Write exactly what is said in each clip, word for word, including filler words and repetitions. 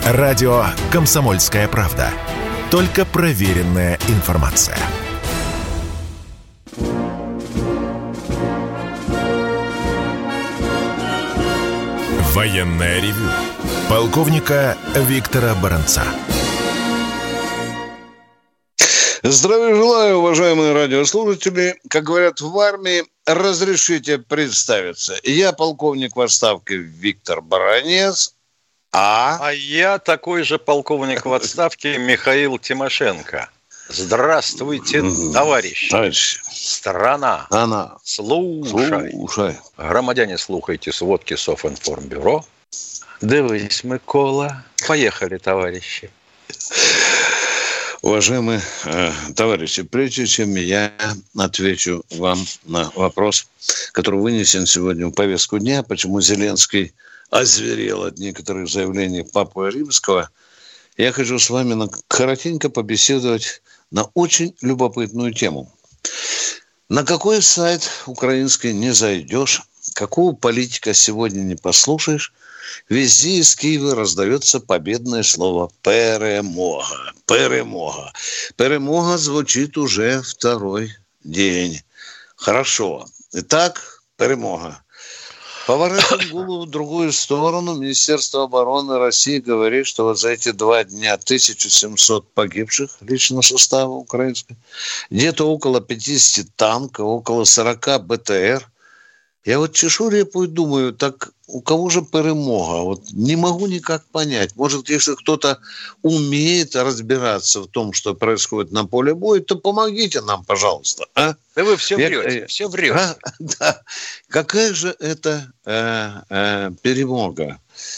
Радио «Комсомольская правда». Только проверенная информация. Военное ревю полковника Виктора Баранца. Здравия желаю, уважаемые радиослушатели. Как говорят в армии, разрешите представиться. Я полковник в отставке Виктор Баранец, а... А я такой же полковник в отставке Михаил Тимошенко. Здравствуйте, товарищи. Товарищи. Страна. Она. Слушай. Слушай. Громадяне, слухайте сводки Софинформбюро. Дивись, Микола. Поехали, товарищи. Уважаемые э, товарищи, прежде чем я отвечу вам на вопрос, который вынесен сегодня в повестку дня, почему Зеленский озверел от некоторых заявлений Папы Римского, я хочу с вами на, коротенько побеседовать на очень любопытную тему. На какой сайт украинский не зайдешь, какого политика сегодня не послушаешь, везде из Киева раздается победное слово «перемога». Перемога. Перемога звучит уже второй день. Хорошо. Итак, перемога. Поворачиваем голову в другую сторону. Министерство обороны России говорит, что вот за эти два дня тысяча семьсот погибших личного состава украинского, где-то около пятьдесят танков, около сорок БТР. Я вот чешу репу и думаю, так у кого же перемога? Вот не могу никак понять. Может, если кто-то умеет разбираться в том, что происходит на поле боя, то помогите нам, пожалуйста. А? Да вы все Я, врете, все врете. А, да. Какая же это э, э, перемога?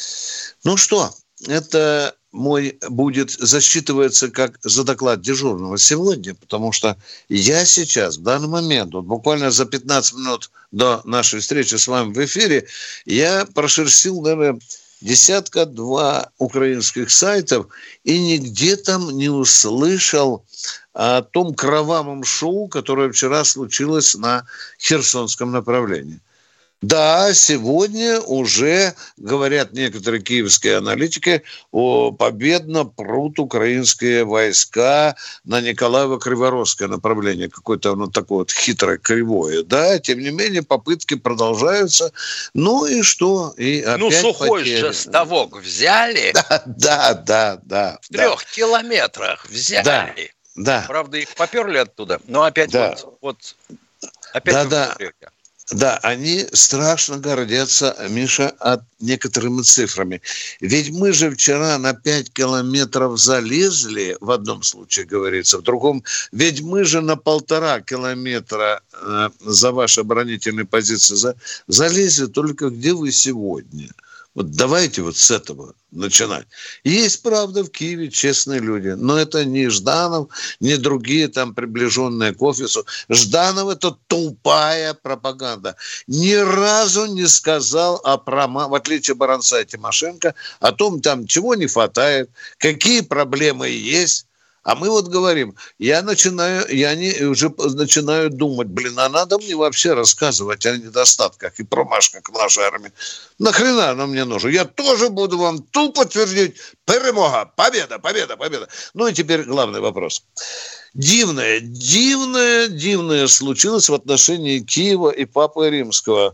Ну что, это мой будет засчитывается как за доклад дежурного сегодня, потому что я сейчас, в данный момент, вот буквально за пятнадцать минут до нашей встречи с вами в эфире, я прошерстил, наверное, десятка-два украинских сайтов и нигде там не услышал о том кровавом шоу, которое вчера случилось на Херсонском направлении. Да, сегодня уже, говорят некоторые киевские аналитики, о, победно прут украинские войска на Николаево-Криворожское направление. Какое-то оно такое вот хитрое, кривое. Да, тем не менее, попытки продолжаются. Ну и что? И опять ну, сухой потери. же ставок взяли. Да, да, да. да в трех да. километрах взяли. Да, да. Правда, их поперли оттуда, но опять да. вот, вот... Опять да, да. Да, они страшно гордятся, Миша, от некоторыми цифрами. Ведь мы же вчера на пять километров залезли, в одном случае говорится, в другом. Ведь мы же на полтора километра э, за ваши оборонительные позиции за, залезли только где вы сегодня. Вот давайте вот с этого начинать. Есть, правда, в Киеве честные люди, но это не Жданов, не другие там приближенные к офису. Жданов – это тупая пропаганда. Ни разу не сказал, о прома... в отличие от Баранца и Тимошенко, о том, там, чего не хватает, какие проблемы есть. А мы вот говорим, я начинаю, я не, уже начинаю думать, блин, а надо мне вообще рассказывать о недостатках и промашках нашей армии. Нахрена оно мне нужно? Я тоже буду вам тупо твердить, перемога, победа, победа, победа. Ну и теперь главный вопрос. Дивное, дивное, дивное случилось в отношении Киева и Папы Римского.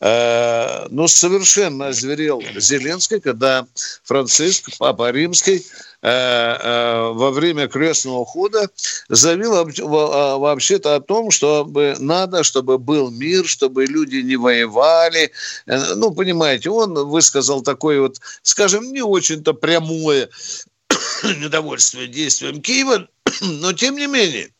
Э, ну, совершенно озверел Зеленский, когда Франциск, Папа Римский, э, э, во время крестного хода заявил вообще-то о том, чтобы надо, чтобы был мир, чтобы люди не воевали. Э, ну, понимаете, он высказал такое вот, скажем, не очень-то прямое недовольство действием Киева, но тем не менее,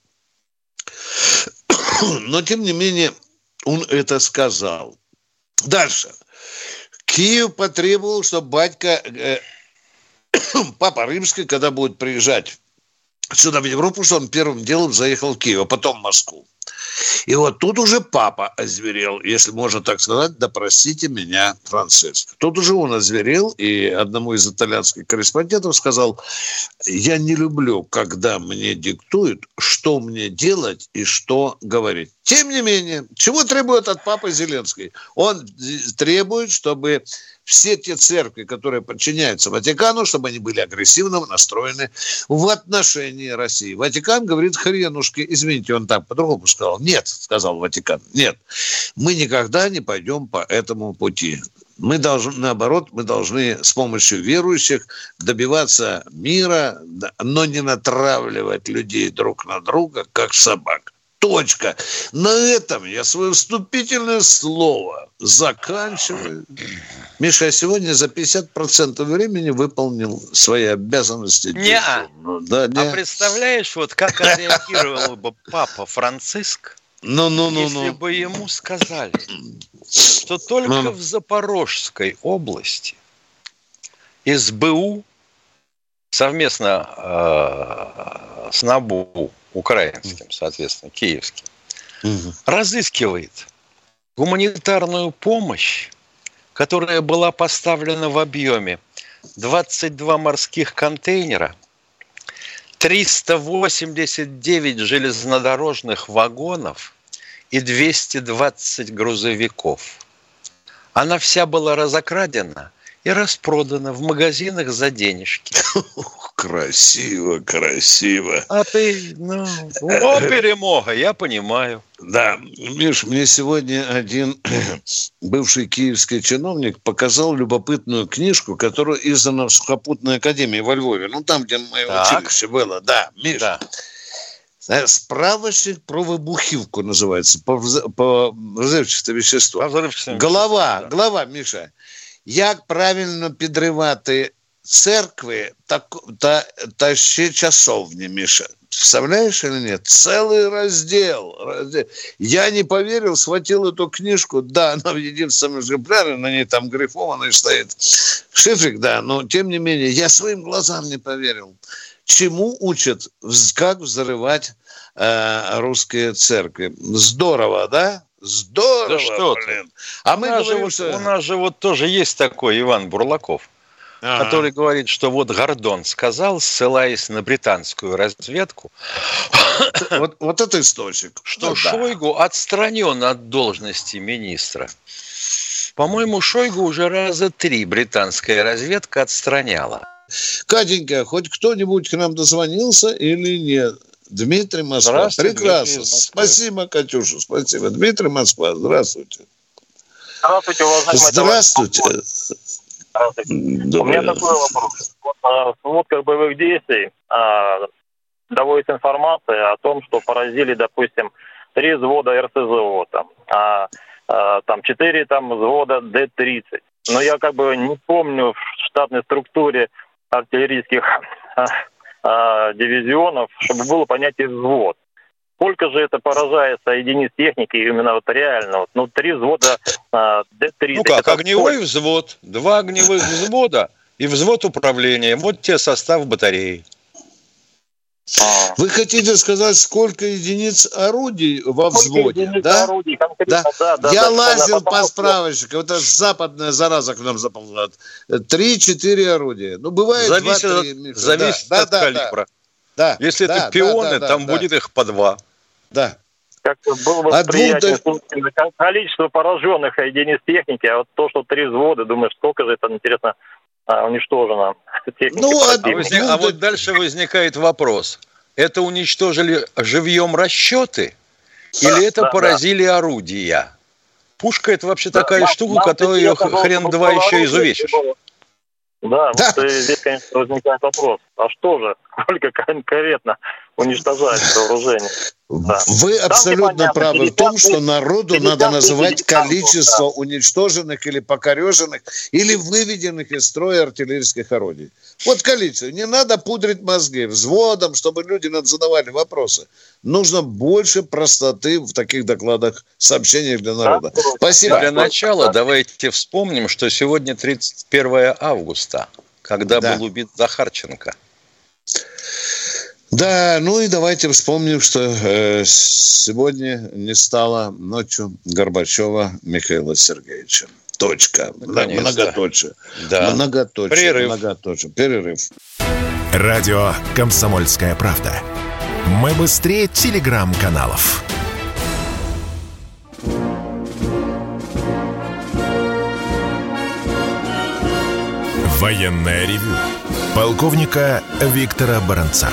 но тем не менее он это сказал. Дальше. Киев потребовал, чтобы батька э, Папа Римский, когда будет приезжать сюда в Европу, что он первым делом заехал в Киев, а потом в Москву. И вот тут уже папа озверел, если можно так сказать, да простите меня, Франциск. Тут уже он озверел, и одному из итальянских корреспондентов сказал: я не люблю, когда мне диктуют, что мне делать и что говорить. Тем не менее, чего требует от папы Зеленский? Он требует, чтобы все те церкви, которые подчиняются Ватикану, чтобы они были агрессивно настроены в отношении России. Ватикан говорит: хренушки, извините, он так по-другому сказал. Нет, сказал Ватикан, нет, мы никогда не пойдем по этому пути. Мы должны, наоборот, мы должны с помощью верующих добиваться мира, но не натравливать людей друг на друга, как собак. Точка. На этом я свое вступительное слово заканчиваю. Миша, я сегодня за пятьдесят процентов времени выполнил свои обязанности. Не-а. Да, не. А представляешь, вот как отреагировал бы папа Франциск, ну, ну, ну, если ну. бы ему сказали, что только ну. в Запорожской области эс бэ у совместно э, с НАБУ, украинским, соответственно, киевским, угу. разыскивает гуманитарную помощь, которая была поставлена в объеме двадцать два морских контейнера, триста восемьдесят девять железнодорожных вагонов и двести двадцать грузовиков. Она вся была разокрадена и распродана в магазинах за денежки. Красиво, красиво. А ты, ну, о, перемога, я понимаю. Да, Миш, мне сегодня один бывший киевский чиновник показал любопытную книжку, которая издана в Сухопутной академии во Львове. Ну, там, где мое так. училище было. Да, Миш. Да. Справочник про выбухівку называется, по, по взривчатому веществу. Глава, да. глава, Миша. Як правильно підривати церкви та, та, та ще часовні, Миша. Представляешь или нет? Целый раздел, раздел. Я не поверил, схватил эту книжку. Да, она в единственном экземпляре, на ней там грифованный стоит шифрик, да, но тем не менее, я своим глазам не поверил. Чему учат, как взрывать э, русские церкви? Здорово, да? Здорово, да что блин. Ты? А мы говорим, вот, что... У нас же вот тоже есть такой Иван Бурлаков, ага. который говорит, что вот Гордон сказал, ссылаясь на британскую разведку, вот, вот это источник, что ну, Шойгу да. отстранен от должности министра. По-моему, Шойгу уже раза три британская разведка отстраняла. Катенька, хоть кто-нибудь к нам дозвонился или нет? Дмитрий Москва. Прекрасно. Дмитрий Спасибо, Катюша. Спасибо. Дмитрий Москва. Здравствуйте. Здравствуйте, уважаемый Здравствуйте. Здравствуйте. У меня такой вопрос. Вот, в сводках боевых действий а, доводится информация о том, что поразили, допустим, три взвода эр эс зэ о, там, а, а, там четыре там, взвода дэ тридцать. Но я как бы не помню в штатной структуре артиллерийских а, а, дивизионов, чтобы было понятие взвод. Сколько же это поражается единиц техники именно вот реально? Вот, ну, три взвода а, дэ тридцать. Ну как, огневой сколько? Взвод, два огневых взвода и взвод управления. Вот тебе состав батареи. А. Вы хотите сказать, сколько единиц орудий во взводе? Да? Орудий, да? Да, да, Я да, лазил да, по справочникам. Это западная зараза к нам заполняет. Три-четыре орудия. Ну, бывает зависит два-три. От, зависит да, от да, калибра. Да, Если да, это пионы, да, да, там да, будет да. их по два. Да. Как-то было бы приятнее до... количество пораженных единиц техники, а вот то, что три взвода, думаешь, сколько же это, интересно, уничтожено. Ну, а, возник... а вот дальше возникает вопрос. Это уничтожили живьем расчеты или да, это да, поразили да. орудия? Пушка – это вообще да, такая да, штука, которую ее хрен два еще изувечишь. Да, да. Вот здесь, конечно, возникает вопрос. А что же? Сколько конкретно уничтожает вооружение? Да. Вы там абсолютно правы в том, что народу надо называть количество да. уничтоженных или покореженных, или выведенных из строя артиллерийских орудий. Вот количество. Не надо пудрить мозги взводом, чтобы люди задавали вопросы. Нужно больше простоты в таких докладах, сообщениях для народа. Да? Спасибо. Для начала да. давайте вспомним, что сегодня тридцать первое августа, когда да. был убит Захарченко. Да, ну и давайте вспомним, что э, сегодня не стало ночью Горбачева Михаила Сергеевича. Точка. Многоточие. Да. Многоточие. Перерыв. Многоточие. Перерыв. Радио «Комсомольская правда». Мы быстрее телеграм-каналов. Военное ревю полковника Виктора Баранца.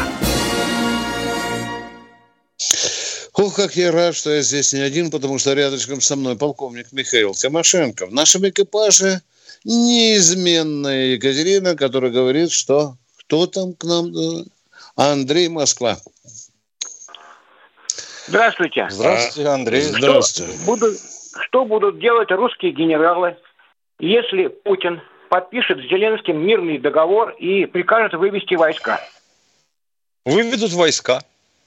Ох, как я рад, что я здесь не один, потому что рядышком со мной полковник Михаил Тимошенко. В нашем экипаже неизменная Екатерина, которая говорит, что кто там к нам? Андрей, Москва. Здравствуйте. Здравствуйте, Андрей. Здравствуйте. Что будут, что будут делать русские генералы, если Путин подпишет с Зеленским мирный договор и прикажет вывести войска? Выведут войска.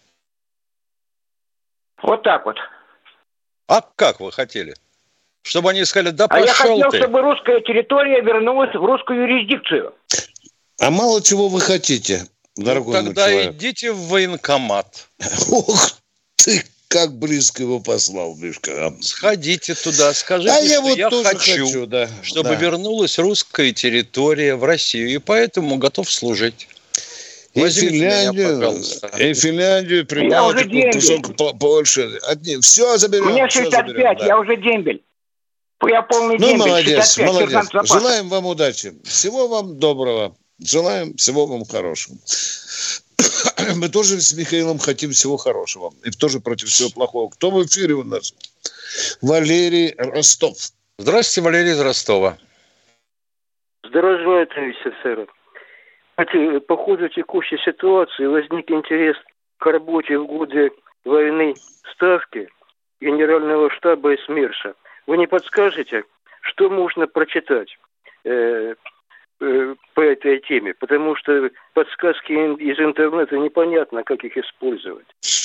Вот так вот. А как вы хотели? Чтобы они сказали, да а пошел я хотел, ты. чтобы русская территория вернулась в русскую юрисдикцию. А мало чего вы хотите, дорогой ну, тогда мой человек. идите в военкомат. Ох ты, как близко его послал, Мишка. Сходите туда, скажите, а я что вот я тоже хочу, хочу да, чтобы да. вернулась русская территория в Россию, и поэтому готов служить. И Возьмите Финляндию, меня, и Финляндию, Прибалтику, кусок Польши. Одни, все заберем. У меня шестьдесят пять, заберем, да. Я уже дембель. Я полный ну, дембель. молодец, молодец. Запаса. Желаем вам удачи. Всего вам доброго. Желаем всего вам хорошего. Мы тоже с Михаилом хотим всего хорошего. И тоже против всего плохого. Кто в эфире у нас? Валерий Ростов. Здравствуйте, Валерий из Ростова. Здравствуйте, товарищ офицер. По ходу текущей ситуации возник интерес к работе в годы войны Ставки, Генерального штаба и СМЕРШа. Вы не подскажете, что можно прочитать э, э, по этой теме? Потому что подсказки из интернета непонятно, как их использовать.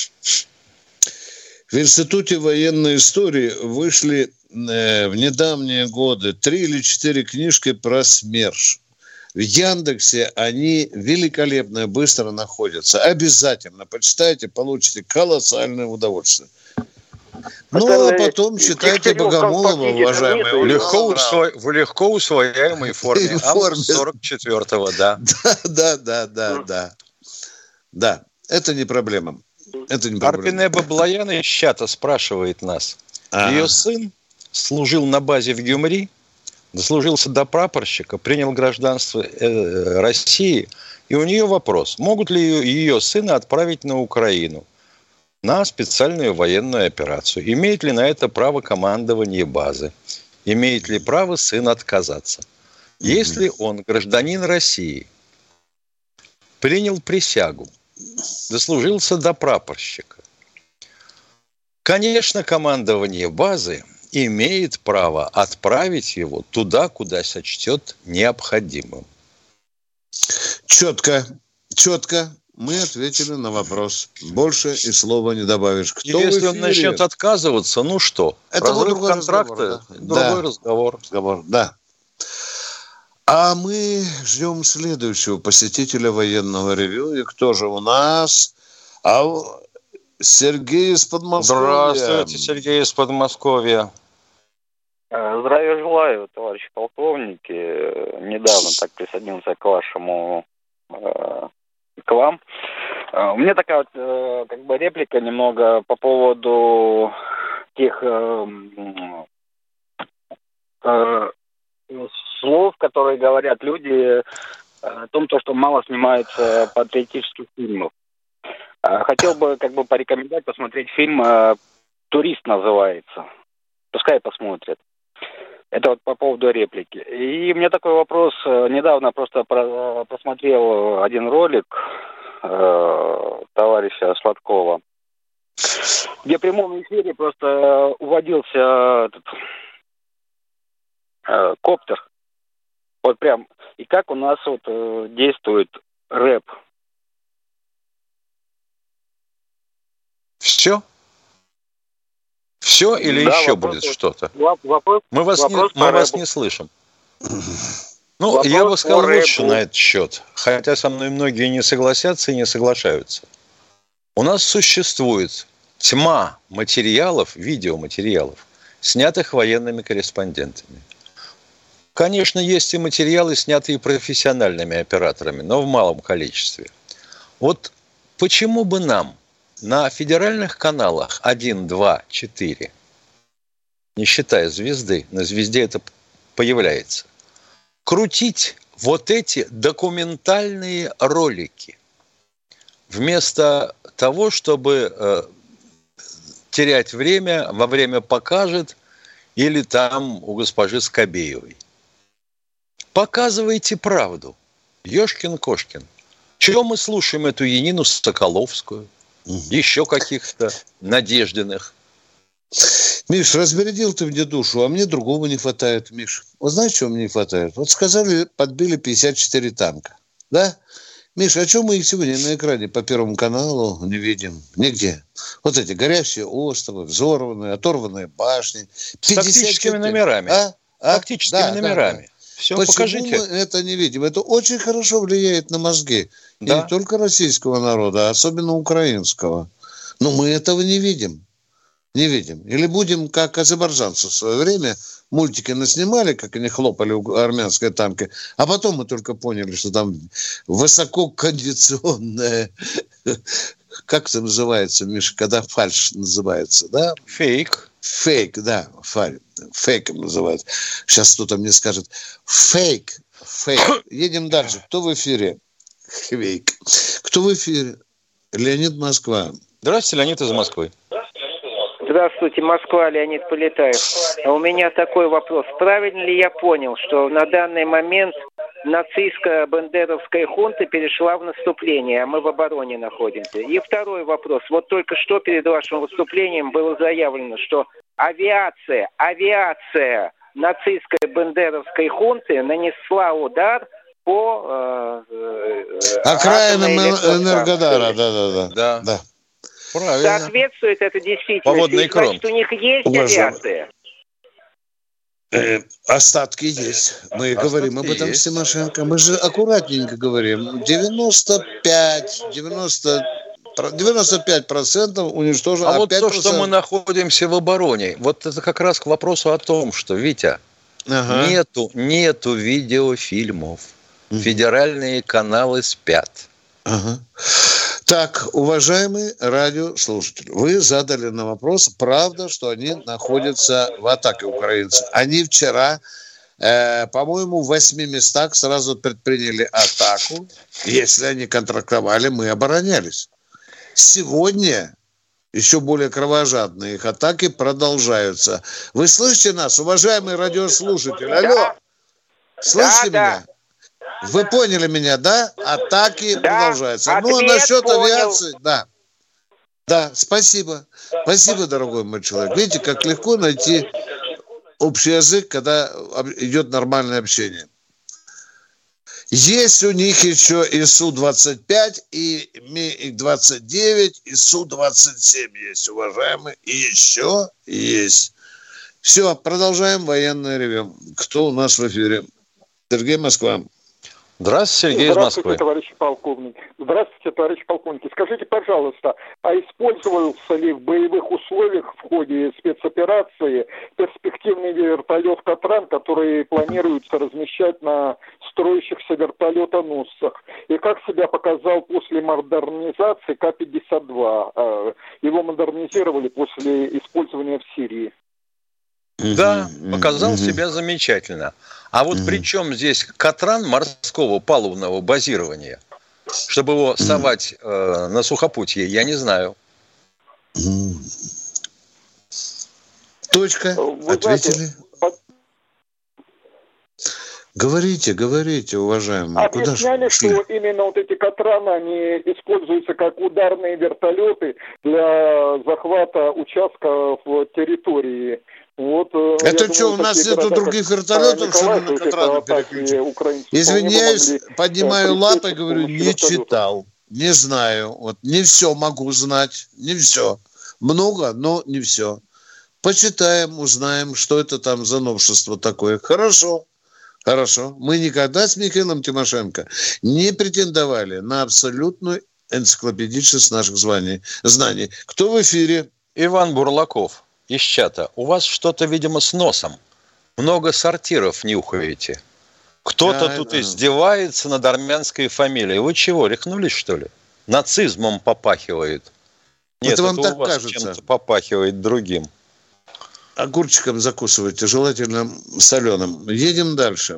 В Институте военной истории вышли э, в недавние годы три или четыре книжки про СМЕРШ. В Яндексе они великолепно, быстро находятся. Обязательно почитайте, получите колоссальное удовольствие. Ну, а потом читайте Богомолова, уважаемые. В легко, усво... в легко усвояемой форме. форме. сорок четвёртого, да. Да, да, да, да. Да, это не проблема. Это не проблема. Арпине Баблоян из чата спрашивает нас. А-а-а. Ее сын служил на базе в Гюмри, дослужился до прапорщика, принял гражданство э, России, и у нее вопрос, могут ли ее, ее сына отправить на Украину на специальную военную операцию? Имеет ли на это право командование базы? Имеет ли право сын отказаться? Mm-hmm. Если он гражданин России, принял присягу, дослужился до прапорщика, конечно, командование базы имеет право отправить его туда, куда сочтет необходимым. Четко, четко мы ответили на вопрос. Больше и слова не добавишь. Кто если он начнет отказываться, ну что? Это разрыв контракта, да? другой да. разговор. разговор. Да. А мы ждем следующего посетителя военного ревью. И кто же у нас? А Сергей из Подмосковья. Здравствуйте, Сергей из Подмосковья. Здравия желаю, товарищи полковники. Недавно так присоединился к вашему, к вам. У меня такая вот как бы реплика немного по поводу тех слов, которые говорят люди о том, что мало снимается патриотических фильмов. Хотел бы как бы порекомендовать посмотреть фильм «Турист» называется. Пускай посмотрят. Это вот по поводу реплики. И у меня такой вопрос. Недавно просто просмотрел один ролик э, товарища Сладкова, где в прямом эфире просто уводился этот, э, коптер. Вот прям. И как у нас вот э, действует рэп. Все? Все или да, еще вопрос, будет что-то? Вопрос, мы вас, вопрос не, мы вас не слышим. Ну, вопрос я бы сказал лучше на этот счет. Хотя со мной многие не согласятся и не соглашаются. У нас существует тьма материалов, видеоматериалов, снятых военными корреспондентами. Конечно, есть и материалы, снятые профессиональными операторами, но в малом количестве. Вот почему бы нам на федеральных каналах один, два, четыре, не считая звезды, на звезде это появляется, крутить вот эти документальные ролики вместо того, чтобы э, терять время, во время покажет или там у госпожи Скобеевой. Показывайте правду. Ёшкин-кошкин. Чего мы слушаем эту Янину Соколовскую? Угу. Еще каких-то Надеждиных. Миш, разбередил ты мне душу, а мне другого не хватает, Миш. Вот знаешь, чего мне не хватает? Вот сказали, подбили пятьдесят четыре танка. Да? Миш, а что мы их сегодня на экране по Первому каналу не видим? Нигде. Вот эти горящие островы, взорванные, оторванные башни. С тактическими номерами. А? А? Тактическими да, номерами. Да, да. Все, почему покажите. мы это не видим? Это очень хорошо влияет на мозги. Да. И не только российского народа, а особенно украинского. Но мы этого не видим. Не видим. Или будем, как азербайджанцы в свое время, мультики наснимали, как они хлопали армянской танки, а потом мы только поняли, что там высококондиционная, как это называется, Миша, когда фальшь называется, да? Фейк. Фейк, да, фаль, фейком называют. Сейчас кто-то мне скажет, фейк, фейк. Едем дальше. Кто в эфире? Фейк. Кто в эфире? Леонид, Москва. Здравствуйте, Леонид из Москвы. Здравствуйте, Москва, Леонид Полетаев. У меня такой вопрос. Правильно ли я понял, что на данный момент нацистская бандеровская хунта перешла в наступление, а мы в обороне находимся? И второй вопрос. Вот только что перед вашим выступлением было заявлено, что авиация, авиация нацистской бандеровской хунты нанесла удар по э, окраинам Энергодара. Да, да, да. Да. да. Правильно. Соответствует это действительности? Значит, у них есть авиация? Э, остатки есть. Мы остатки говорим об этом есть. С Тимошенко. Мы же аккуратненько говорим. девяносто пять, девяносто, девяносто пять процентов уничтожено. А, а вот то, что мы находимся в обороне, вот это как раз к вопросу о том, что, Витя, ага. нету, нету видеофильмов. Угу. Федеральные каналы спят. Ага. Так, уважаемый радиослушатель, вы задали на вопрос, правда, что они находятся в атаке, украинцы. Они вчера, э, по-моему, в восьми местах сразу предприняли атаку. Если они контрактовали, мы оборонялись. Сегодня еще более кровожадные их атаки продолжаются. Вы слышите нас, уважаемый радиослушатель? Алло, слышите да, меня? Да. Вы поняли меня, да? Атаки да, продолжаются. Ну, а насчет понял. авиации, да. Да, спасибо. Спасибо, дорогой мой человек. Видите, как легко найти общий язык, когда идет нормальное общение. Есть у них еще и Су двадцать пять, и Ми двадцать девять, и Су двадцать семь есть, уважаемые. И еще есть. Все, продолжаем военное ревю. Кто у нас в эфире? Сергей, Москва. Здравствуйте, Сергей из Москвы. Здравствуйте, товарищ полковник. Здравствуйте, товарищ полковник. Скажите, пожалуйста, а использовался ли в боевых условиях в ходе спецоперации перспективный вертолет «Катран», который планируется размещать на строящихся вертолетоносцах? И как себя показал после модернизации Ка пятьдесят два? Его модернизировали после использования в Сирии. Да, показал mm-hmm. себя замечательно. А вот mm-hmm. при чем здесь Катран морского палубного базирования, чтобы его mm-hmm. совать э, на сухопутье, я не знаю. Mm-hmm. Точка. Вы Ответили. Знаете, под... Говорите, говорите, уважаемые. Объясняли, что именно вот эти Катраны, они используются как ударные вертолеты для захвата участков территории. Вот, это что, у нас нету других вертолетов, что мы на Катраны переключим? Извиняюсь, поднимаю лапы и говорю, не читал, не знаю. Вот, не все могу знать, не все. Много, но не все. Почитаем, узнаем, что это там за новшество такое. Хорошо, хорошо. Мы никогда с Михаилом Тимошенко не претендовали на абсолютную энциклопедичность наших званий, знаний. Кто в эфире? Иван Бурлаков из чата. У вас что-то, видимо, с носом. Много сортиров нюхаете. Кто-то а, тут а... издевается над армянской фамилией. Вы чего, рехнулись, что ли? Нацизмом попахивает. Нет, это вам это так у вас кажется. Чем-то попахивает другим. Огурчиком закусывайте, желательно соленым. Едем дальше.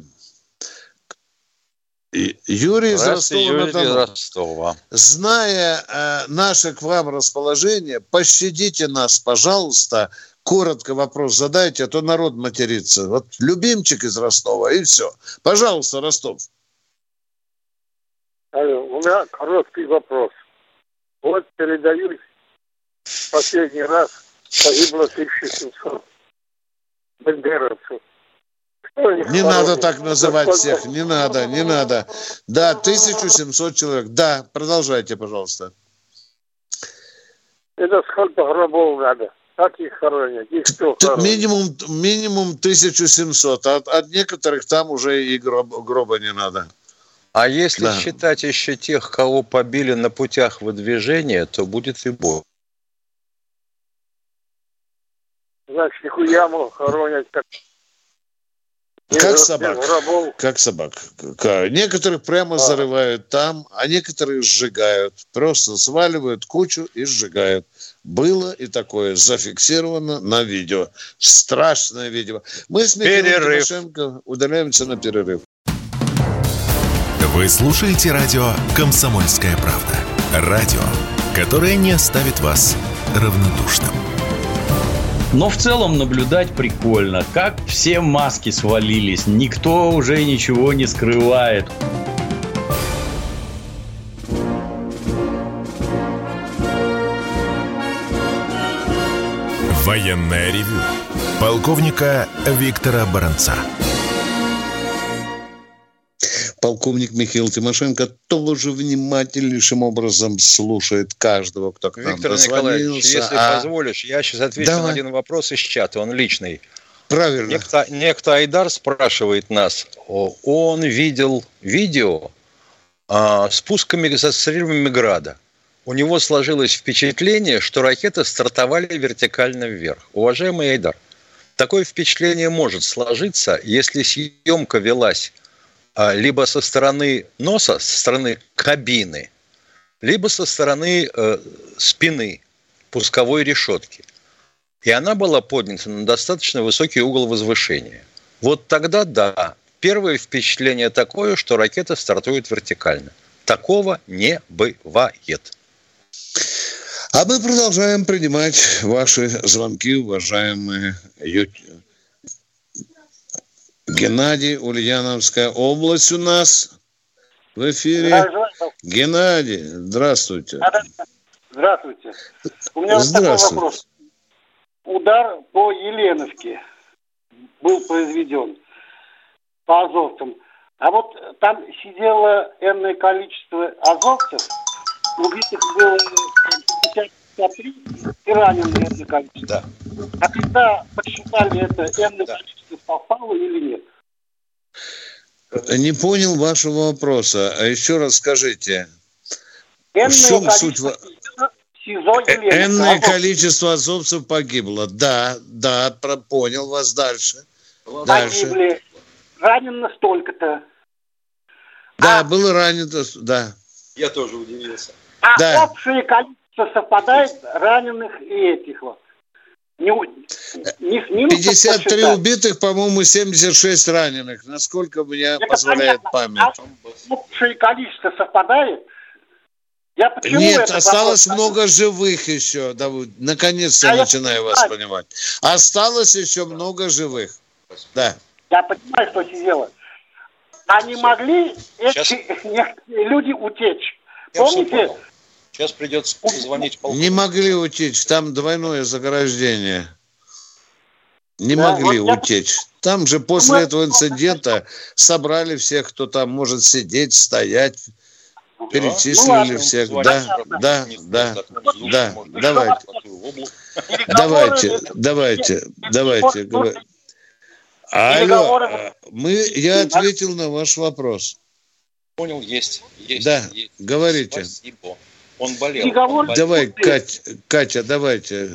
Юрий из Ростова. Зная э, наше к вам расположение, пощадите нас, пожалуйста. Коротко вопрос задайте, а то народ матерится. Вот любимчик из Ростова, и все. Пожалуйста, Ростов. Алло, у меня короткий вопрос. Вот передаю последний раз погибло тысяча семьсот бандеровцев. Не надо так называть всех, не надо, не надо. Да, тысяча семьсот человек. Да, продолжайте, пожалуйста. Это сколько гробов надо? Как их хоронят? Их кто хоронит? Минимум, минимум тысяча семьсот. От, от некоторых там уже и гроб, гроба не надо. А если да. считать еще тех, кого побили на путях выдвижения, то будет и бой. Значит, их у яму хоронят как... Как собак. Как собак. Некоторых прямо а. зарывают там, а некоторых сжигают. Просто сваливают кучу и сжигают. Было и такое зафиксировано на видео. Страшное видео. Мы с Михаилом Тимошенко удаляемся на перерыв. Вы слушаете радио «Комсомольская правда». Радио, которое не оставит вас равнодушным. Но в целом наблюдать прикольно, как все маски свалились, никто уже ничего не скрывает. Военное ревю полковника Виктора Баранца. Полковник Михаил Тимошенко тоже внимательнейшим образом слушает каждого, кто к нам Виктор дозвонился. Николаевич, если а... позволишь, я сейчас отвечу Давай. на один вопрос из чата, он личный. Правильно. Некто, некто Айдар спрашивает нас, он видел видео а, с пусками со стрельбами Града. У него сложилось впечатление, что ракеты стартовали вертикально вверх. Уважаемый Айдар, такое впечатление может сложиться, если съемка велась либо со стороны носа, со стороны кабины, либо со стороны э, спины пусковой решетки. И она была поднята на достаточно высокий угол возвышения. Вот тогда, да, первое впечатление такое, что ракета стартует вертикально. Такого не бывает. А мы продолжаем принимать ваши звонки, уважаемые ютуб. Геннадий, Ульяновская область у нас в эфире. Геннадий, здравствуйте. Здравствуйте. У меня вот такой вопрос. Удар по Еленовке был произведен по азовцам. А вот там сидело энное количество азовцев, убитых было пятьдесят три и раненых энное количество. Да. А когда посчитали это, энное да. количество совпало или нет? Не понял вашего вопроса. А еще раз скажите. В чем суть? Энное количество азовцев погибло. Да, да, понял вас дальше. Дальше. Погибли. Ранено столько-то. Да, а, было ранено, да. Я тоже удивился. А да. общее количество совпадает раненых и этих вот. Не, не, пятьдесят три убитых, по-моему, семьдесят шесть раненых. Насколько меня это позволяет понятно. память. А общее количество совпадает? Я Нет, осталось вопрос? много живых еще. Да, наконец-то а я начинаю я вас понимаю. понимать. Осталось еще много живых. Да. Я понимаю, что сидело. Они могли Сейчас... эти люди утечь. Я Помните? Сейчас придется позвонить полковнику. Не могли утечь. Там двойное заграждение. Не да, могли вот утечь. Я... Там же после Мы... этого инцидента собрали всех, кто там может сидеть, стоять. Перечислили ну, всех. Да, да, да, да, да. Давайте. Давайте, давайте, давайте. Алло, мы, я ответил на ваш вопрос. Понял, есть. есть да, есть. говорите. Спасибо. Он болел. Приговор... Давай, Кать, Катя, давайте.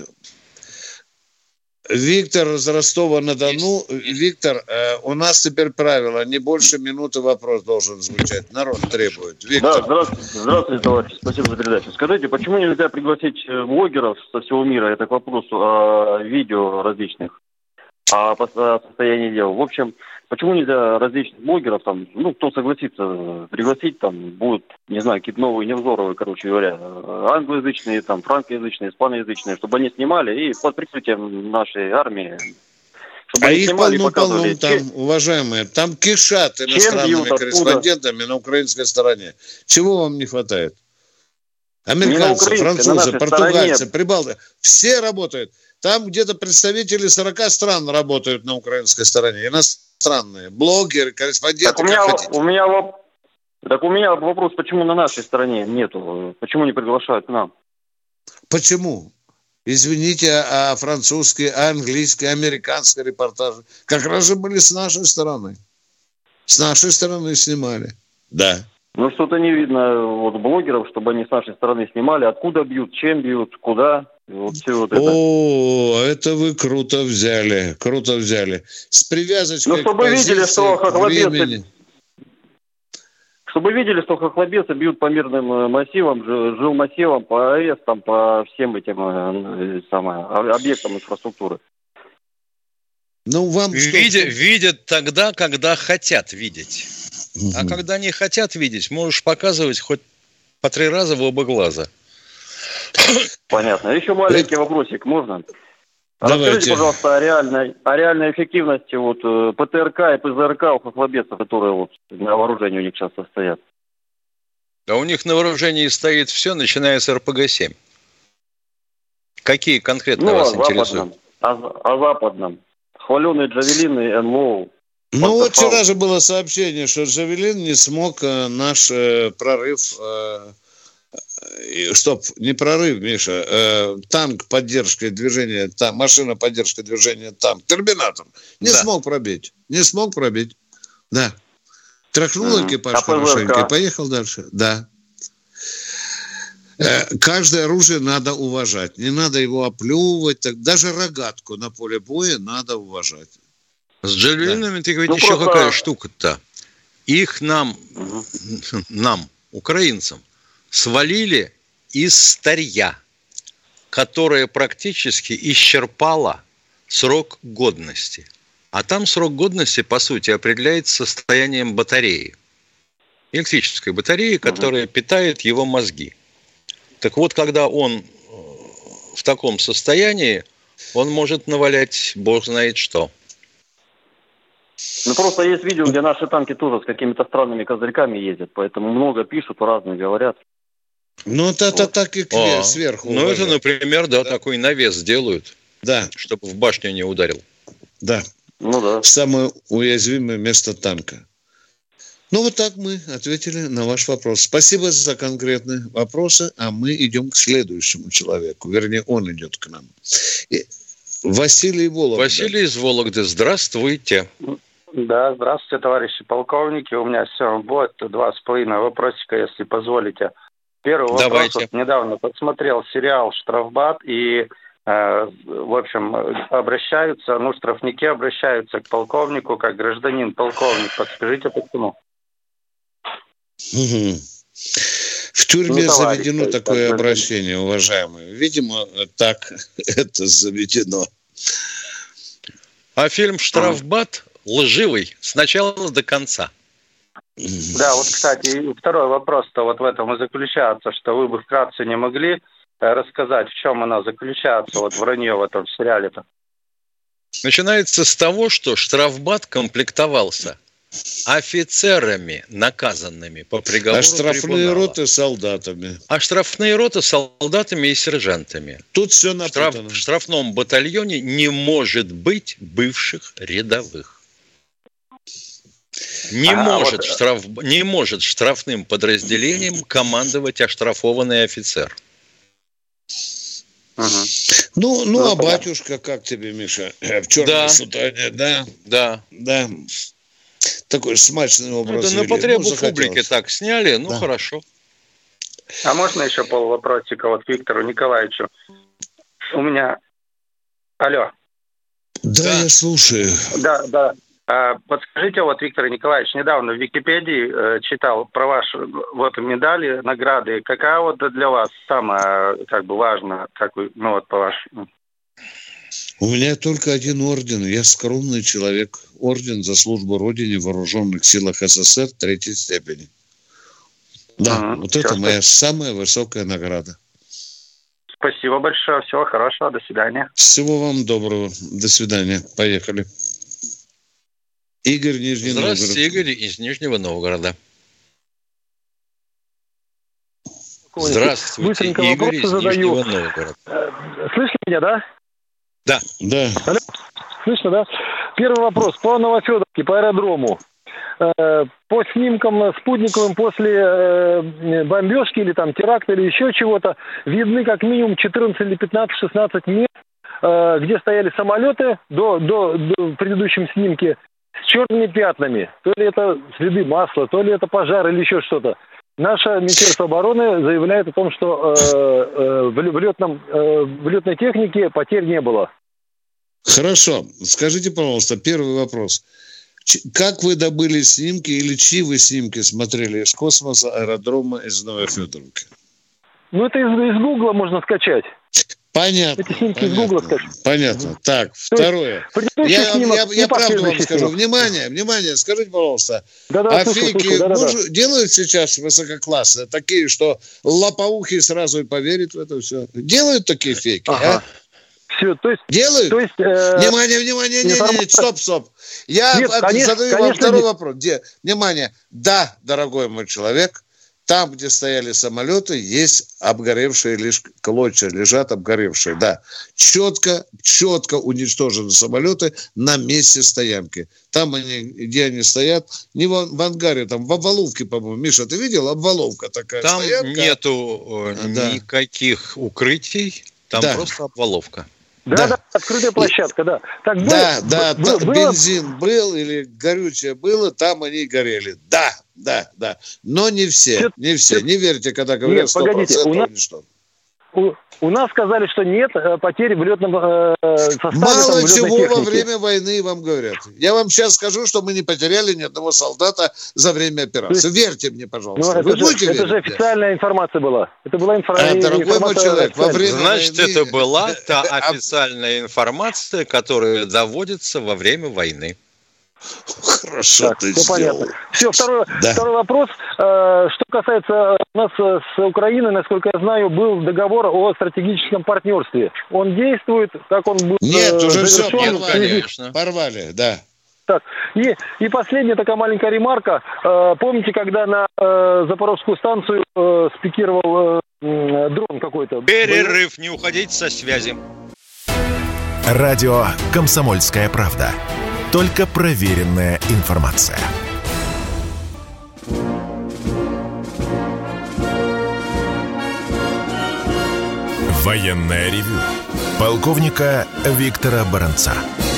Виктор из Ростова-на-Дону. Виктор, э, у нас теперь правило, не больше минуты вопрос должен звучать. Народ требует. Виктор. Да, здравствуйте, здравствуйте, товарищи. Спасибо за передачу. Скажите, почему нельзя пригласить блогеров со всего мира, это к вопросу о видео различных, о состоянии дел. В общем, почему нельзя различных блогеров, там, ну, кто согласится пригласить, там, будут, не знаю, какие-то новые невзоровые, короче говоря, англоязычные, там, франкоязычные, испаноязычные, чтобы они снимали и под прикрытием нашей армии. А их полно-полно там, чем... уважаемые, там кишат иностранными корреспондентами на украинской стороне. Чего вам не хватает? Американцы, французы, португальцы, стороне... прибалты, все работают. Там где-то представители сорок стран работают на украинской стороне, иностранные, блогеры, корреспонденты, так у меня, у меня, так у меня вопрос, почему на нашей стороне нету, почему не приглашают к нам? Почему? Извините, а французские, а английские, американские репортажи как раз же были с нашей стороны. С нашей стороны снимали, да. Ну, что-то не видно вот блогеров, чтобы они с нашей стороны снимали. Откуда бьют, чем бьют, куда. Вот все вот это. О, это вы круто взяли. Круто взяли. С привязочкой ну, чтобы к позиции, видели, что хохлобесы, чтобы видели, что хохлобесы бьют по мирным массивам, жилмассивам, по АЭС, там, по всем этим э, самое, объектам инфраструктуры. Ну, вам Видя, видят тогда, когда хотят видеть. Угу. А когда не хотят видеть, можешь показывать хоть по три раза в оба глаза. Понятно. Еще маленький вопросик, можно? Давайте. Расскажите, пожалуйста, о реальной, о реальной эффективности вот, ПТРК и ПЗРК у хохлобесов, которые вот, на вооружении у них часто стоят. А у них на вооружении стоит все, начиная с эр пэ гэ семь. Какие конкретно ну, вас о интересуют? Западном, о, о западном. Хваленые джавелины, эн эл о. Ну вот вчера же было сообщение, что Джавелин не смог э, наш э, прорыв, э, э, стоп, не прорыв, Миша, э, танк поддержки движения, там, машина поддержки движения, танк, терминатор, не да. смог пробить, не смог пробить, да. Тряхнул mm-hmm. экипаж а хорошенько и поехал дальше, да. Э, каждое оружие надо уважать, не надо его оплевывать, так, даже рогатку на поле боя надо уважать. С джавелинами, да. ты говоришь, ну, еще просто... какая штука-то. Их нам, угу. нам, украинцам, свалили из старья, которое практически исчерпало срок годности. А там срок годности, по сути, определяется состоянием батареи. Электрической батареи, которая угу. питает его мозги. Так вот, когда он в таком состоянии, он может навалять бог знает что. Ну, просто есть видео, где наши танки тоже с какими-то странными козырьками ездят, поэтому много пишут, разные говорят. Ну, это вот. Так и а, сверху. Ну, это, например, да, да, такой навес делают, да. чтобы в башню не ударил. Да. Ну, да. Самое уязвимое место танка. Ну, вот так мы ответили на ваш вопрос. Спасибо за конкретные вопросы, а мы идем к следующему человеку. Вернее, он идет к нам. И... Василий Вологда. Василий из Вологды, здравствуйте. Да, здравствуйте, товарищи полковники. У меня все будет два с половиной вопросика, если позволите. Первый вопрос. Вот недавно подсмотрел сериал «Штрафбат», и, э, в общем, обращаются, ну, штрафники обращаются к полковнику как гражданин полковник. Подскажите, почему? Угу. В тюрьме ну, заведено товарищ, такое так, обращение, уважаемые. Видимо, так это заведено. А фильм «Штрафбат» лживый с начала до конца. Да, вот, кстати, второй вопрос-то вот в этом и заключается, что вы бы вкратце не могли рассказать, в чем она заключается, вот вранье в этом сериале-то. Начинается с того, что штрафбат комплектовался офицерами, наказанными по приговору а штрафные трибунала. роты солдатами. А штрафные роты солдатами и сержантами. Тут все напутано. Штраф, в штрафном батальоне не может быть бывших рядовых. Не, а, может вот... штраф, не может штрафным подразделением командовать оштрафованный офицер. Угу. Ну, ну, ну, а батюшка, как тебе, Миша? В черной да. сутане, да? Да. Да. Такой смачный образ. Ну, это на потребу ну, публики так сняли, ну, да. хорошо. А можно еще полвопросика вот Виктору Николаевичу? У меня... Алло. Да, да. Я слушаю. Да, да. А, подскажите, вот, Виктор Николаевич, недавно в Википедии э, читал про ваши вот медали, награды. Какая вот для вас самая, как бы, важная, как вы, ну вот по вашему? У меня только один орден. Я скромный человек. Орден за службу Родине в Вооруженных силах СССР третьей степени. Да, ага, вот это моя самая высокая награда. Спасибо большое. Всего хорошего. До свидания. Всего вам доброго. До свидания. Поехали. Игорь, Нижний Новгород. Здравствуйте, Игорь из Нижнего Новгорода. Здравствуйте, Быстренько Игорь из задаю. Нижнего Новгорода. Слышно меня, да? Да. Да. Алло? Слышно, да? Первый вопрос. По Новофедоровке, по аэродрому. По снимкам спутниковым после бомбежки или там теракта или еще чего-то видны как минимум четырнадцать или пятнадцать-шестнадцать мест, где стояли самолеты до, до, до предыдущем снимке с черными пятнами. То ли это следы масла, то ли это пожар или еще что-то. Наше Министерство обороны заявляет о том, что э, э, в, в, летном, э, в летной технике потерь не было. Хорошо. Скажите, пожалуйста, первый вопрос. Как вы добыли снимки или чьи вы снимки смотрели из космоса, аэродрома, из Новофедоровки? Ну, это из, из Гугла можно скачать. Понятно. Эти снимки понятно, из Гугла скачать. Понятно. Так, То второе. Я, снимок, я, я правду вам скажу. снимок. Внимание, внимание, скажите, пожалуйста. Да, да, а слушаю, фейки слушаю, да, да, муж... да. делают сейчас высококлассные, такие, что лопоухий сразу и поверит в это все. Делают такие фейки, ага. а? Все, то есть... Делают? То есть, э... Внимание, внимание, не, не, не, стоп, стоп. Я Нет, конечно, задаю конечно, вам второй нет. вопрос. Где? Внимание. Да, дорогой мой человек, там, где стояли самолеты, есть обгоревшие лишь клочья, лежат обгоревшие, да. Четко, четко уничтожены самолеты на месте стоянки. Там они, где они стоят, не в, в ангаре, там в обваловке, по-моему. Миша, ты видел? Обваловка такая. Там стоянка. нету да. никаких укрытий, там да. просто обваловка. Да, да, да, открытая площадка, да. Так было, да, да, было, да, было... бензин был или горючее было, там они горели. Да, да, да. Но не все, Все, не все. все... Не верьте, когда говорят сто процентов. Погодите, у нас... что. У, у нас сказали, что нет потери в летном э, составе. Мало там, в чего технике. во время войны вам говорят. Я вам сейчас скажу, что мы не потеряли ни одного солдата за время операции. Есть... Верьте мне, пожалуйста. Ну, Вы это, будете же, это же официальная информация была. Это была информация. А, дорогой мой человек, во время Значит, войны... это была та официальная информация, которая доводится во время войны. Хорошо, так, ты все сделал. понятно. Все, второй, да. второй вопрос. Что касается у нас с Украиной, насколько я знаю, был договор о стратегическом партнерстве. Он действует, как он был Нет, э, уже завершен? все, порвали, конечно. Порвали, да. Так, и, и последняя такая маленькая ремарка. Э, помните, когда на э, Запорожскую станцию э, спикировал э, дрон какой-то? Перерыв, не уходить со связи. Радио «Комсомольская правда». Только проверенная информация. Военное ревю полковника Виктора Баранца.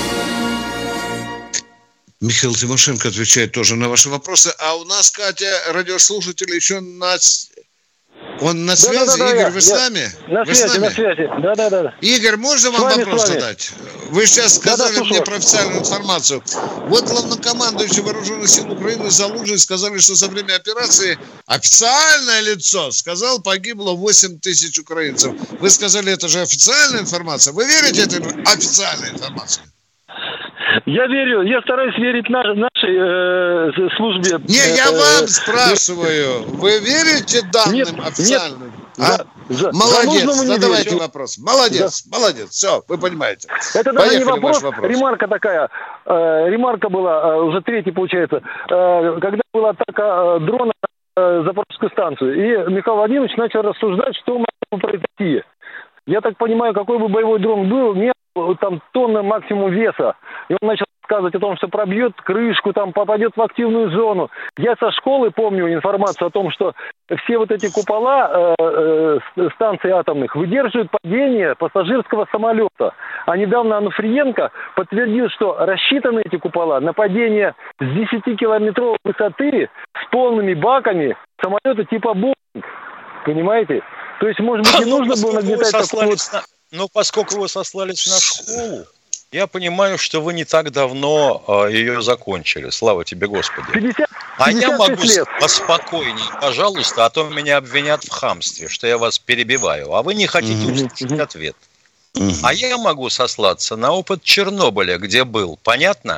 Михаил Тимошенко отвечает тоже на ваши вопросы. А у нас, Катя, радиослушатель еще на... Он на связи? Да, да, да, Игорь, я, вы с нами? На вы связи, на связи. Да, да, да. Игорь, можно вам вами, вопрос задать? Вы сейчас сказали да, да, мне про официальную информацию. Вот главнокомандующий Вооруженных сил Украины Залужный сказали, что за время операции официальное лицо сказал, погибло восемь тысяч украинцев. Вы сказали, это же официальная информация. Вы верите этой официальной информации? Я верю, я стараюсь верить на, нашей э, службе. Не, э, я э, вам спрашиваю. Вы верите данным нет, официальным? Нет, а? за, за, молодец, за задавайте верю. вопрос. Молодец, да. молодец. Все, вы понимаете. Это даже не вопрос, вопрос, ремарка такая. Э, ремарка была, э, уже третья получается. Э, когда была атака э, дрона на э, Запорожскую станцию, и Михаил Владимирович начал рассуждать, что могло произойти. Я так понимаю, какой бы боевой дрон был, не было там тонны максимум веса. И он начал рассказывать о том, что пробьет крышку, там попадет в активную зону. Я со школы помню информацию о том, что все вот эти купола э, э, станций атомных выдерживают падение пассажирского самолета. А недавно Ануфриенко подтвердил, что рассчитаны эти купола на падение с десятикилометровой высоты с полными баками самолета типа «Боинг». Понимаете? То есть, может быть, не ну, нужно было нагнетать такой вот... на... Ну, поскольку вы сослались на школу, я понимаю, что вы не так давно э, ее закончили. Слава тебе, Господи. пятьдесят, а я могу лет. поспокойнее, пожалуйста, а то меня обвинят в хамстве, что я вас перебиваю, а вы не хотите услышать mm-hmm. ответ. Mm-hmm. А я могу сослаться на опыт Чернобыля, где был. Понятно?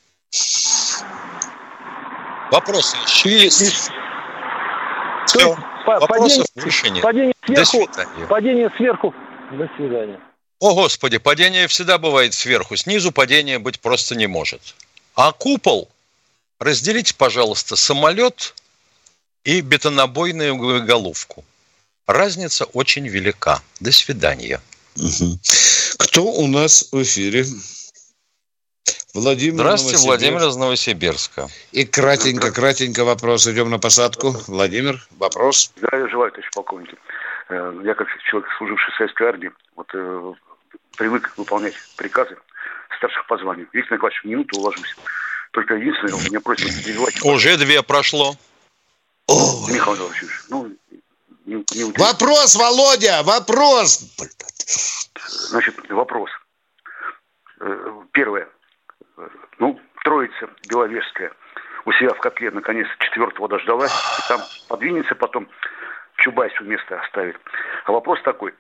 Вопросы еще есть? Все. Вопросов больше нет. Падение сверху, до свидания. Падение сверху. До свидания. О, Господи, падение всегда бывает сверху. Снизу падение быть просто не может. А купол, разделите, пожалуйста, самолет и бетонобойную головку. Разница очень велика. До свидания. Угу. Кто у нас в эфире? Владимир. Здравствуйте, Владимир из Новосибирска. И кратенько, кратенько вопрос. Идем на посадку. Владимир, вопрос. Здравия желаю, товарищ полковник. Я как человек, служивший в советской армии, вот э, привык выполнять приказы старших по званию. Виктор Николаевич, в минуту уложусь. Только единственное, у меня просьба перебивать. Уже две прошло. О, Михаил Иванович, ну... Не, не вопрос, Володя, вопрос! Значит, вопрос. Первое. Ну, Троица Беловежская у себя в котле наконец четвертого дождалась, и там подвинется потом, Чубайсу место оставит. А вопрос такой.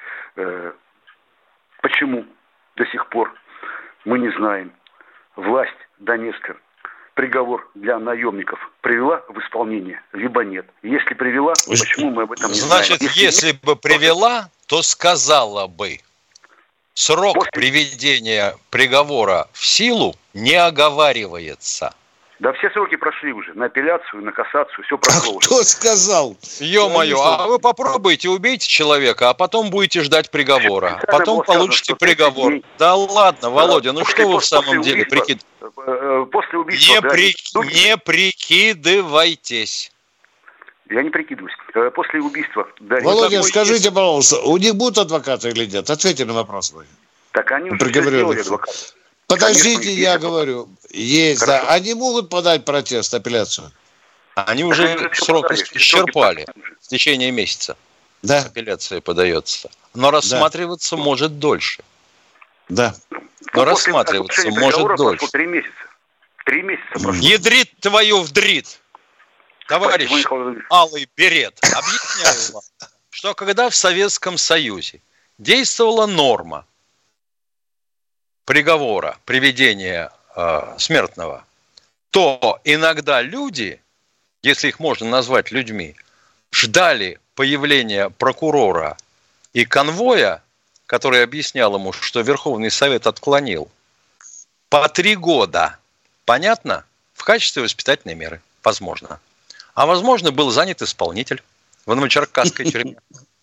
Почему до сих пор мы не знаем, власть Донецка приговор для наемников привела в исполнение, либо нет? Если привела, почему мы об этом не знаем? Значит, если, если нет, бы привела, то сказала бы. Срок после... приведения приговора в силу не оговаривается. Да все сроки прошли уже. На апелляцию, на кассацию, все прошло а уже. Кто сказал? Ё-моё, а вы попробуйте, убейте человека, а потом будете ждать приговора. Специально потом получите сказано, приговор. Дней... Да ладно, Володя, ну после, что вы в самом деле прикидываете? После убийства... Не, при... не прикидывайтесь. Я не прикидываюсь. После убийства... Да, Володя, скажите, есть... пожалуйста, у них будут адвокаты или нет? Ответьте на вопрос. Так они уже сделали адвоката. Подождите, конечно, я говорю. Есть, Хорошо. Да. Они могут подать протест, апелляцию? Они так уже они срок исчерпали в течение месяца. Да. Апелляция подается. Но рассматриваться да. может дольше. Да. Но ну, рассматриваться может дольше. Три месяца. Три месяца прошло. Ядрит твою вдрит. Товарищ Алый Берет, объясняю вам, что когда в Советском Союзе действовала норма приговора, приведения э, смертного, то иногда люди, если их можно назвать людьми, ждали появления прокурора и конвоя, который объяснял ему, что Верховный Совет отклонил, по три года. Понятно? В качестве воспитательной меры. Возможно. А возможно, был занят исполнитель в Новочеркасской тюрьме.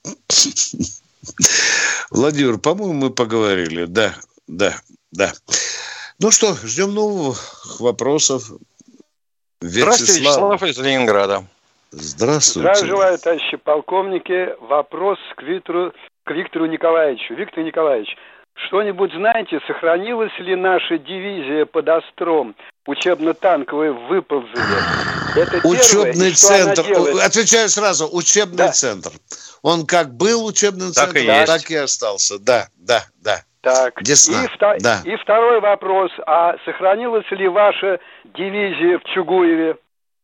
Владимир, по-моему, мы поговорили. Да, да, да. Ну что, ждем новых вопросов. Здравствуйте, Вячеслав из Ленинграда. Здравствуйте. Здравия желаю, товарищи полковники. Вопрос к Виктору, к Виктору Николаевичу. Виктор Николаевич, что-нибудь знаете, сохранилась ли наша дивизия под Остром? Учебно-танковые выползли. Это учебный первое, центр. Отвечаю сразу. Учебный да. центр. Он как был учебным так центром, и так и остался. Да, да, да. Так. Десна. И, вто... да. и второй вопрос. А сохранилась ли ваша дивизия в Чугуеве?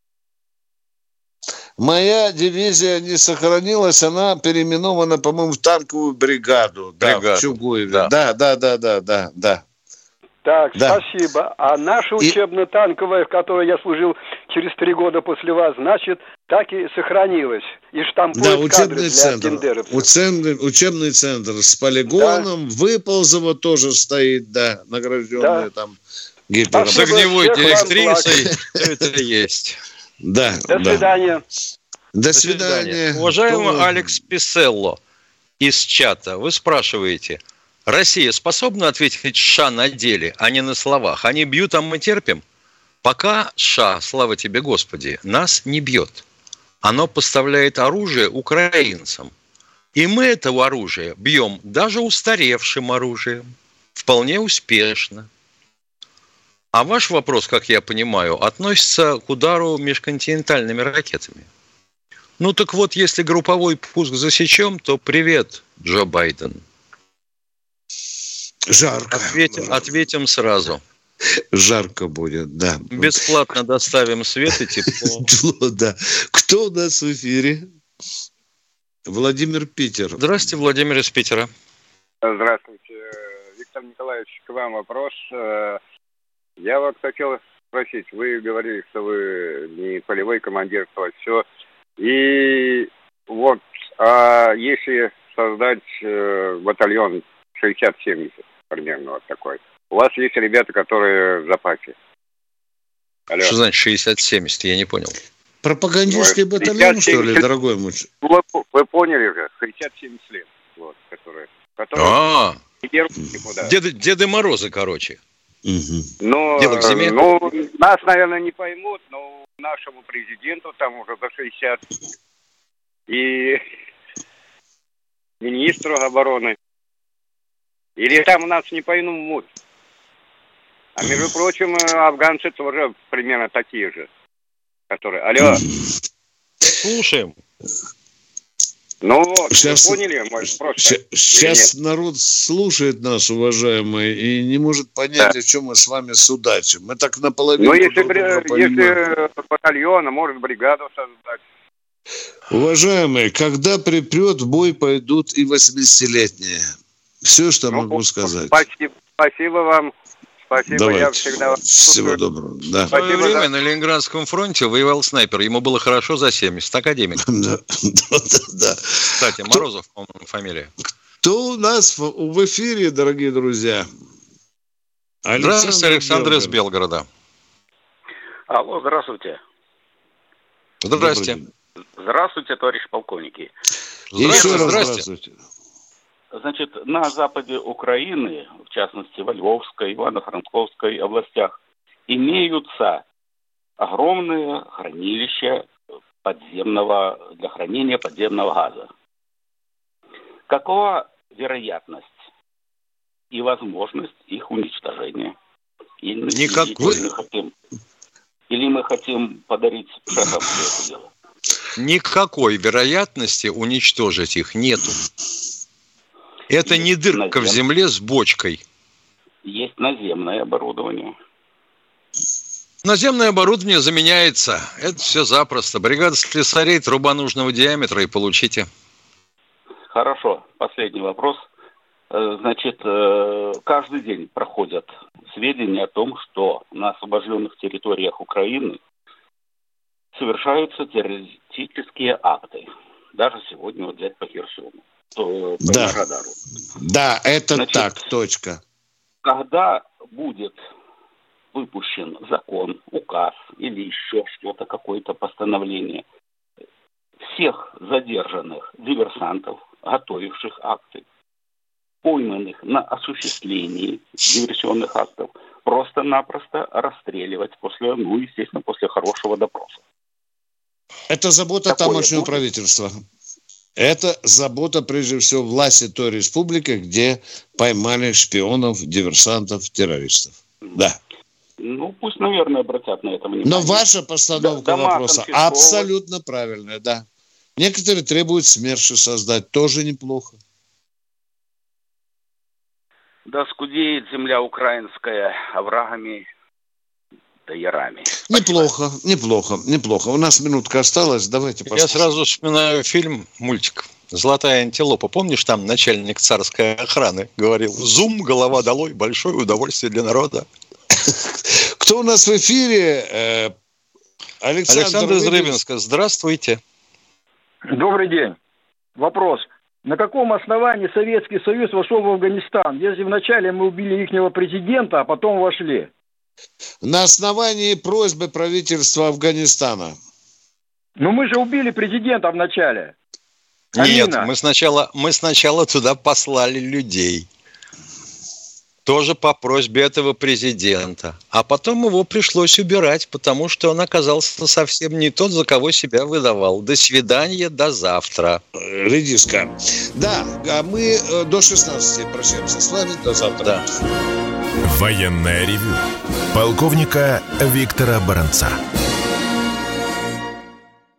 Моя дивизия не сохранилась. Она переименована, по-моему, в танковую бригаду. бригаду. Да, в Чугуеве. Да, да, да, да, да, да. да. Так, да. спасибо. А наша учебно-танковая, в которой я служил через три года после вас, значит, так и сохранилась. И штампует да, учебный кадры для центр. Учебный, учебный центр с полигоном. Да. Выползово тоже стоит, да, награжденные да. там гипером. С огневой директрисой все это есть. Да, До да. свидания. До свидания. Уважаемый Кто... Алекс Писелло из чата, вы спрашиваете, Россия способна ответить США на деле, а не на словах? Они бьют, а мы терпим? Пока США, слава тебе, Господи, нас не бьет. Оно поставляет оружие украинцам. И мы этого оружия бьем даже устаревшим оружием. Вполне успешно. А ваш вопрос, как я понимаю, относится к удару межконтинентальными ракетами. Ну так вот, если групповой пуск засечем, то привет, Джо Байден. Жарко. Ответим, ответим сразу. Жарко будет, да. Бесплатно доставим свет и тепло. Да. Кто у нас в эфире? Владимир, Питер. Здравствуйте, Владимир из Питера. Здравствуйте. Виктор Николаевич, к вам вопрос. Я вот хотел спросить, вы говорили, что вы не полевой командир, то все. И вот, а если создать батальон шестьдесят семьдесят, примерно вот такой, у вас есть ребята, которые в запасе. Алло. Что значит шестьдесят семьдесят? Я не понял. Пропагандистский ну, батальон, что ли, дорогой мой? Вы, вы поняли же, шестьдесят семьдесят лет. Вот, которые, которые а, Деды, Деды Морозы, короче. Угу. Но, ну, нас, наверное, не поймут, но нашему президенту там уже за шестьдесят. И министру обороны. Или там нас не поймут. А между прочим, афганцы тоже примерно такие же. Которые... Алло. Слушаем. Ну вот, сейчас, вы поняли мой вопрос? Сейчас народ слушает нас, уважаемые, и не может понять, да. о чем мы с вами судачим. Мы так наполовину... Ну, если, если батальон, а может бригаду создать. Уважаемые, когда припрет, в бой пойдут и восьмидесятилетние. Все, что ну, могу сказать. Спасибо, спасибо вам. Спасибо, Давайте. Я всегда... Всего доброго. Да. В свое время за... на Ленинградском фронте воевал снайпер. Ему было хорошо за семьдесят. Академик. Да, да, да. Кстати, Морозов, Кто... по-моему, фамилия. Кто у нас в эфире, дорогие друзья? Александр здравствуйте, Александр из Белгорода. Алло, здравствуйте. Здравствуйте. Здравствуйте, товарищи полковники. Еще раз здравствуйте. Значит, на западе Украины, в частности, во Львовской, Ивано-Франковской областях, имеются огромные хранилища подземного, для хранения подземного газа. Какова вероятность и возможность их уничтожения? Или, Никакой. Или мы хотим, или мы хотим подарить шахам все это дело? Никакой вероятности уничтожить их нету. Это есть не дырка назем... в земле с бочкой. Есть наземное оборудование. Наземное оборудование заменяется. Это все запросто. Бригада слесарей, труба нужного диаметра и получите. Хорошо. Последний вопрос. Значит, каждый день проходят сведения о том, что на освобожденных территориях Украины совершаются террористические акты. Даже сегодня вот взять по Херсону. По да. Радару. Да, это Значит, так, точка. Когда будет выпущен закон, указ или еще что-то, какое-то постановление, всех задержанных диверсантов, готовивших акты, пойманных на осуществлении диверсионных актов, просто-напросто расстреливать после, ну, естественно, после хорошего допроса. Это забота Такое тамошнего будет? правительства. Это забота, прежде всего, власти той республики, где поймали шпионов, диверсантов, террористов. Да. Ну, пусть, наверное, обратят на это внимание. Но ваша постановка Дома вопроса абсолютно правильная, да. Некоторые требуют СМЕРШи создать, тоже неплохо. Да скудеет земля украинская оврагами да ярами. Неплохо, неплохо, неплохо. У нас минутка осталась, давайте посмотрим. Я сразу вспоминаю фильм, мультик «Золотая антилопа». Помнишь, там начальник царской охраны говорил: «Зум, голова долой, большое удовольствие для народа». Кто у нас в эфире? Александр, Александр из Рыбинска. Здравствуйте. Добрый день. Вопрос. На каком основании Советский Союз вошел в Афганистан, если вначале мы убили ихнего президента, а потом вошли? На основании просьбы правительства Афганистана. Ну мы же убили президента вначале. Нет, мы сначала, мы сначала туда послали людей. Тоже по просьбе этого президента. А потом его пришлось убирать, потому что он оказался совсем не тот, за кого себя выдавал. До свидания, до завтра. Редиска. Да, а мы до шестнадцати прощаемся с вами. До завтра. Да. Военное ревю полковника Виктора Баранца.